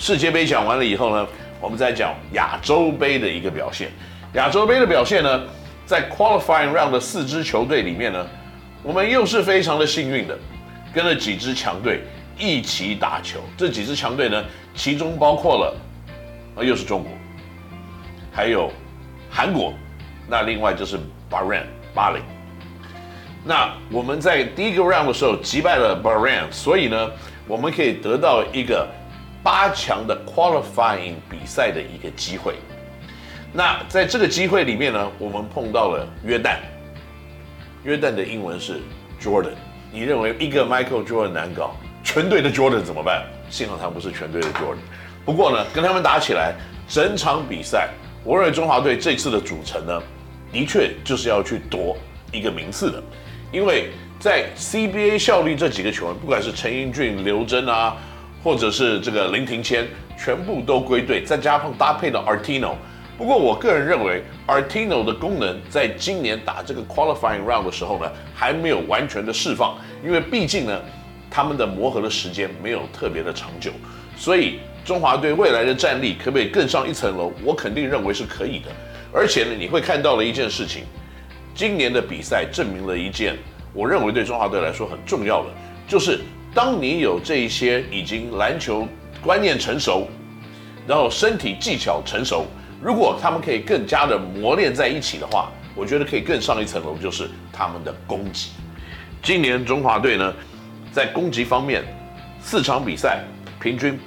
世界杯讲完了以后呢，我们再讲亚洲杯的一个表现。亚洲杯的表现呢，在 qualifying round 的4支球队里面呢，我们又是非常的幸运的，跟了几支强队一起打球。这几支强队呢，其中包括了，又是中国，还有韩国，那另外就是 巴林。那我们在第一个 round 的时候击败了 Bahrain， 所以呢，我们可以得到一个8强的 qualifying 比赛的一个机会。那在这个机会里面呢，我们碰到了约旦。约旦的英文是 Jordan。你认为一个 Michael Jordan 难搞，全队的 Jordan 怎么办？幸好他不是全队的 Jordan。不过呢，跟他们打起来，整场比赛，我认为中华队这次的组成呢，的确就是要去夺一个名次的。因为在 CBA 效力这几个球员，不管是陈英俊、刘铮啊，或者是这个林庭谦，全部都归队，再加上搭配了 Artino。不过我个人认为 Artino 的功能在今年打这个 qualifying round 的时候呢，还没有完全的释放，因为毕竟呢，他们的磨合的时间没有特别的长久，所以中华队未来的战力可不可以更上一层楼？我肯定认为是可以的。而且呢，你会看到了一件事情。今年的比赛证明了一件，我认为对中华队来说很重要的，就是当你有这一些已经篮球观念成熟，然后身体技巧成熟，如果他们可以更加的磨练在一起的话，我觉得可以更上一层楼，就是他们的攻击。今年中华队呢，在攻击方面，4场比赛平均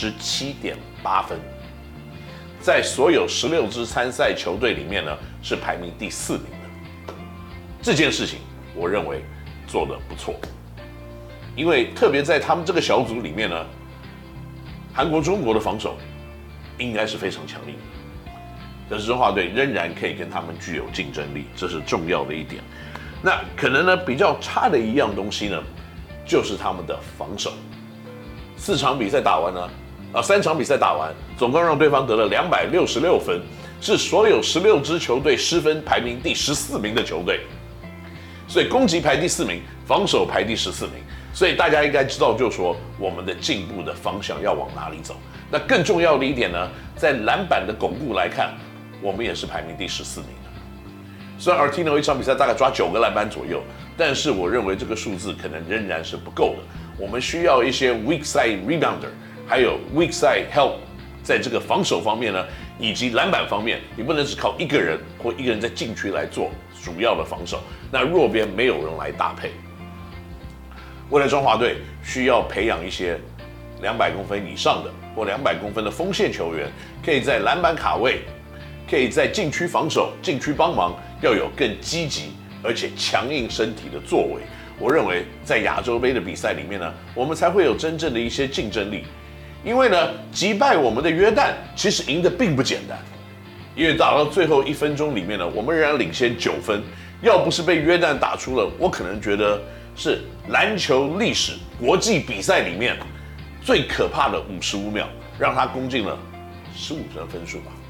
87.8分，在所有16支参赛球队里面呢，是排名第4名。这件事情我认为做得不错，因为特别在他们这个小组里面呢，韩国、中国的防守应该是非常强硬的，可是中华队仍然可以跟他们具有竞争力，这是重要的一点。那可能呢比较差的一样东西呢，就是他们的防守。3场比赛打完，总共让对方得了266分，是所有16支球队失分排名第14名的球队。所以攻击排第4名，防守排第14名，所以大家应该知道，就是说我们的进步的方向要往哪里走。那更重要的一点呢，在篮板的巩固来看，我们也是排名第14名的。虽然 Artino 一场比赛大概抓9个篮板左右，但是我认为这个数字可能仍然是不够的。我们需要一些 weak side rebounder， 还有 weak side help， 在这个防守方面呢，以及篮板方面，你不能只靠一个人或一个人在禁区来做主要的防守，那弱边没有人来搭配。未来中华队需要培养一些200公分以上的或200公分的锋线球员，可以在篮板卡位，可以在禁区防守、禁区帮忙，要有更积极而且强硬身体的作为。我认为在亚洲杯的比赛里面呢，我们才会有真正的一些竞争力。因为呢，击败我们的约旦，其实赢得并不简单。因为打到最后1分钟里面呢，我们仍然领先9分。要不是被约旦打出了，我可能觉得是篮球历史国际比赛里面最可怕的55秒，让他攻进了15分分数吧。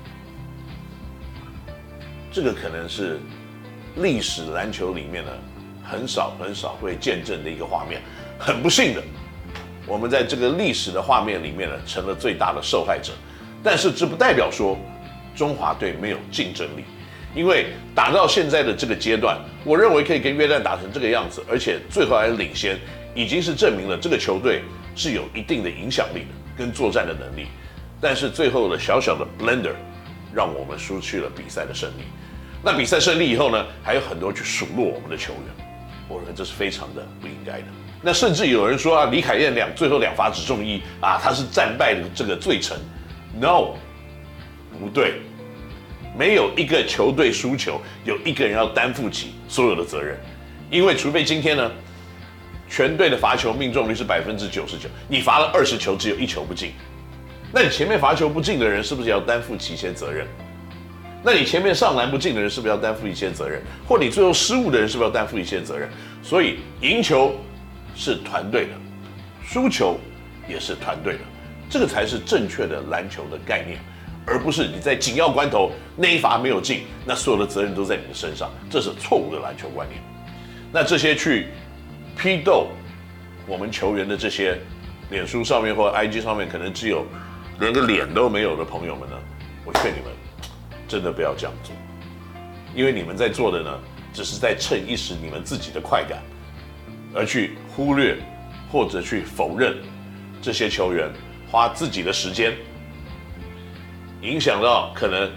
这个可能是历史篮球里面呢很少会见证的一个画面。很不幸的，我们在这个历史的画面里面呢，成了最大的受害者。但是这不代表说中华队没有竞争力，因为打到现在的这个阶段，我认为可以跟约旦打成这个样子，而且最后还领先，已经是证明了这个球队是有一定的影响力的跟作战的能力。但是最后的小小的 blender 让我们输去了比赛的胜利。那比赛胜利以后呢，还有很多去数落我们的球员，我认为这是非常的不应该的。那甚至有人说啊，李凯燕最后2罚只中1啊，他是战败的这个罪臣。No， 不对，没有一个球队输球有一个人要担负起所有的责任，因为除非今天呢，全队的罚球命中率是99%，你罚了20球，只有1球不进，那你前面罚球不进的人是不是也要担负起一些责任？那你前面上篮不进的人是不是要担负一些责任？或你最后失误的人是不是要担负一些责任？所以赢球是团队的，输球也是团队的，这个才是正确的篮球的概念，而不是你在紧要关头那一罚没有进，那所有的责任都在你的身上，这是错误的篮球观念。那这些去批斗我们球员的这些脸书上面或 IG 上面，可能只有连个脸都没有的朋友们呢，我劝你们真的不要这样做，因为你们在做的呢，只是在趁一时你们自己的快感，而去忽略或者去否认这些球员花自己的时间，影响到可能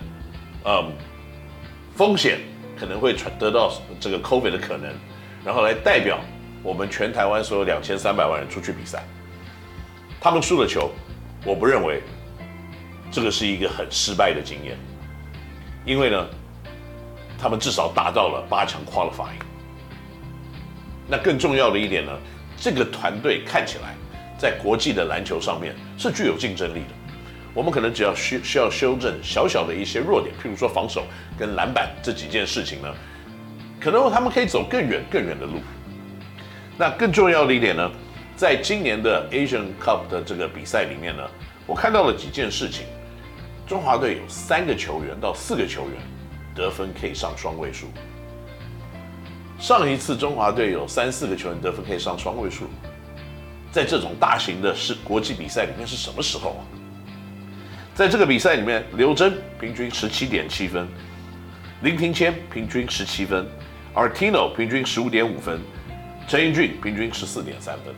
风险可能会得到这个 COVID 的可能，然后来代表我们全台湾所有2300万人出去比赛，他们输了球，我不认为这个是一个很失败的经验，因为呢，他们至少达到了8强 qualifying。那更重要的一点呢，这个团队看起来在国际的篮球上面是具有竞争力的。我们可能只要需要修正小小的一些弱点，譬如说防守跟篮板这几件事情呢，可能他们可以走更远的路。那更重要的一点呢，在今年的 Asian Cup 的这个比赛里面呢，我看到了几件事情。中华队有3个球员到4个球员得分可以上双位数。上一次中华队有3、4个球员得分可以上双位数，在这种大型的国际比赛里面是什么时候啊？在这个比赛里面，刘铮平均17.7分，林庭谦平均17分 ，Artino 平均15.5分，陈英俊平均14.3分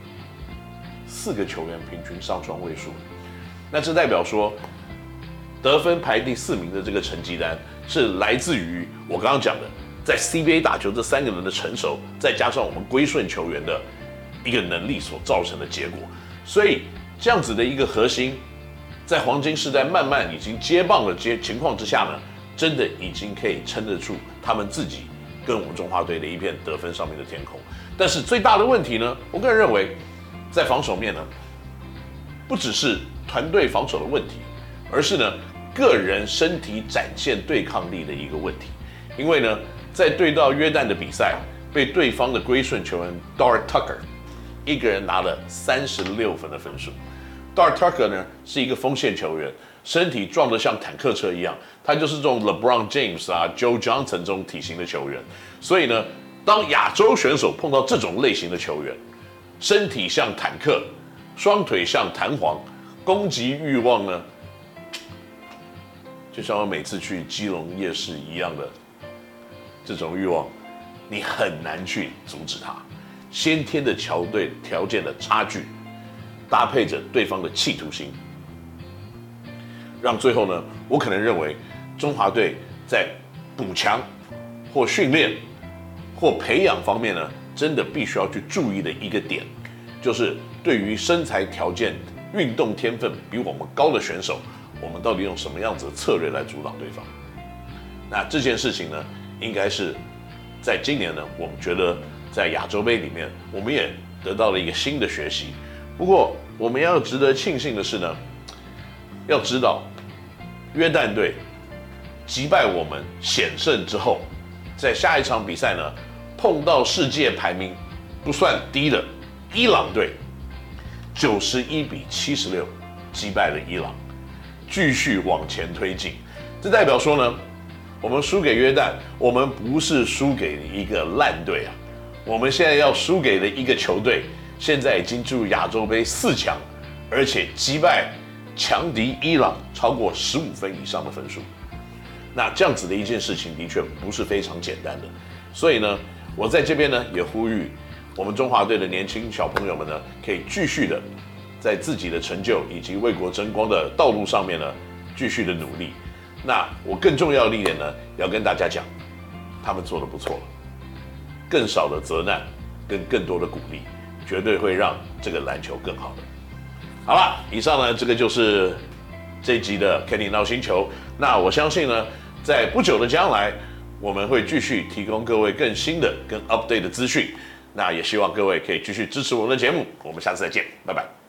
，4个球员平均上双位数。那这代表说，得分排第4名的这个成绩单是来自于我刚刚讲的，在 CBA 打球这3个人的成熟，再加上我们归顺球员的一个能力所造成的结果。所以这样子的一个核心，在黄金时代慢慢已经接棒的情况之下呢，真的已经可以撑得住他们自己跟我们中华队的一片得分上面的天空。但是最大的问题呢，我个人认为，在防守面呢，不只是团队防守的问题，而是呢个人身体展现对抗力的一个问题。因为呢，在对到约旦的比赛，被对方的归顺球员 Dart Tucker 一个人拿了36分的分数。Dart Tucker 呢是一个锋线球员，身体壮得像坦克车一样，他就是这种 LeBron James 啊、Joe Johnson 这种体型的球员。所以呢，当亚洲选手碰到这种类型的球员，身体像坦克，双腿像弹簧，攻击欲望呢，就像我每次去基隆夜市一样的这种欲望，你很难去阻止他。先天的条件的差距，搭配着对方的企图心，让最后呢，我可能认为中华队在补强或训练或培养方面呢，真的必须要去注意的一个点，就是对于身材条件、运动天分比我们高的选手，我们到底用什么样子的策略来阻挡对方？那这件事情呢，应该是在今年呢，我们觉得在亚洲杯里面，我们也得到了一个新的学习。不过，我们要值得庆幸的是呢，要知道约旦队击败我们险胜之后，在下一场比赛呢，碰到世界排名不算低的伊朗队，91-76击败了伊朗，继续往前推进。这代表说呢，我们输给约旦，我们不是输给一个烂队啊，我们现在要输给的一个球队，现在已经进入亚洲杯4强，而且击败强敌伊朗超过15分以上的分数。那这样子的一件事情的确不是非常简单的，所以呢，我在这边呢也呼吁我们中华队的年轻小朋友们呢，可以继续的在自己的成就以及为国争光的道路上面呢，继续的努力。那我更重要的一点呢，要跟大家讲，他们做得不错了，更少的责难跟更多的鼓励，绝对会让这个篮球更好的。好了，以上呢，这个就是这一集的 Kenny 闹星球。那我相信呢，在不久的将来，我们会继续提供各位更新的、更 update 的资讯。那也希望各位可以继续支持我们的节目。我们下次再见，拜拜。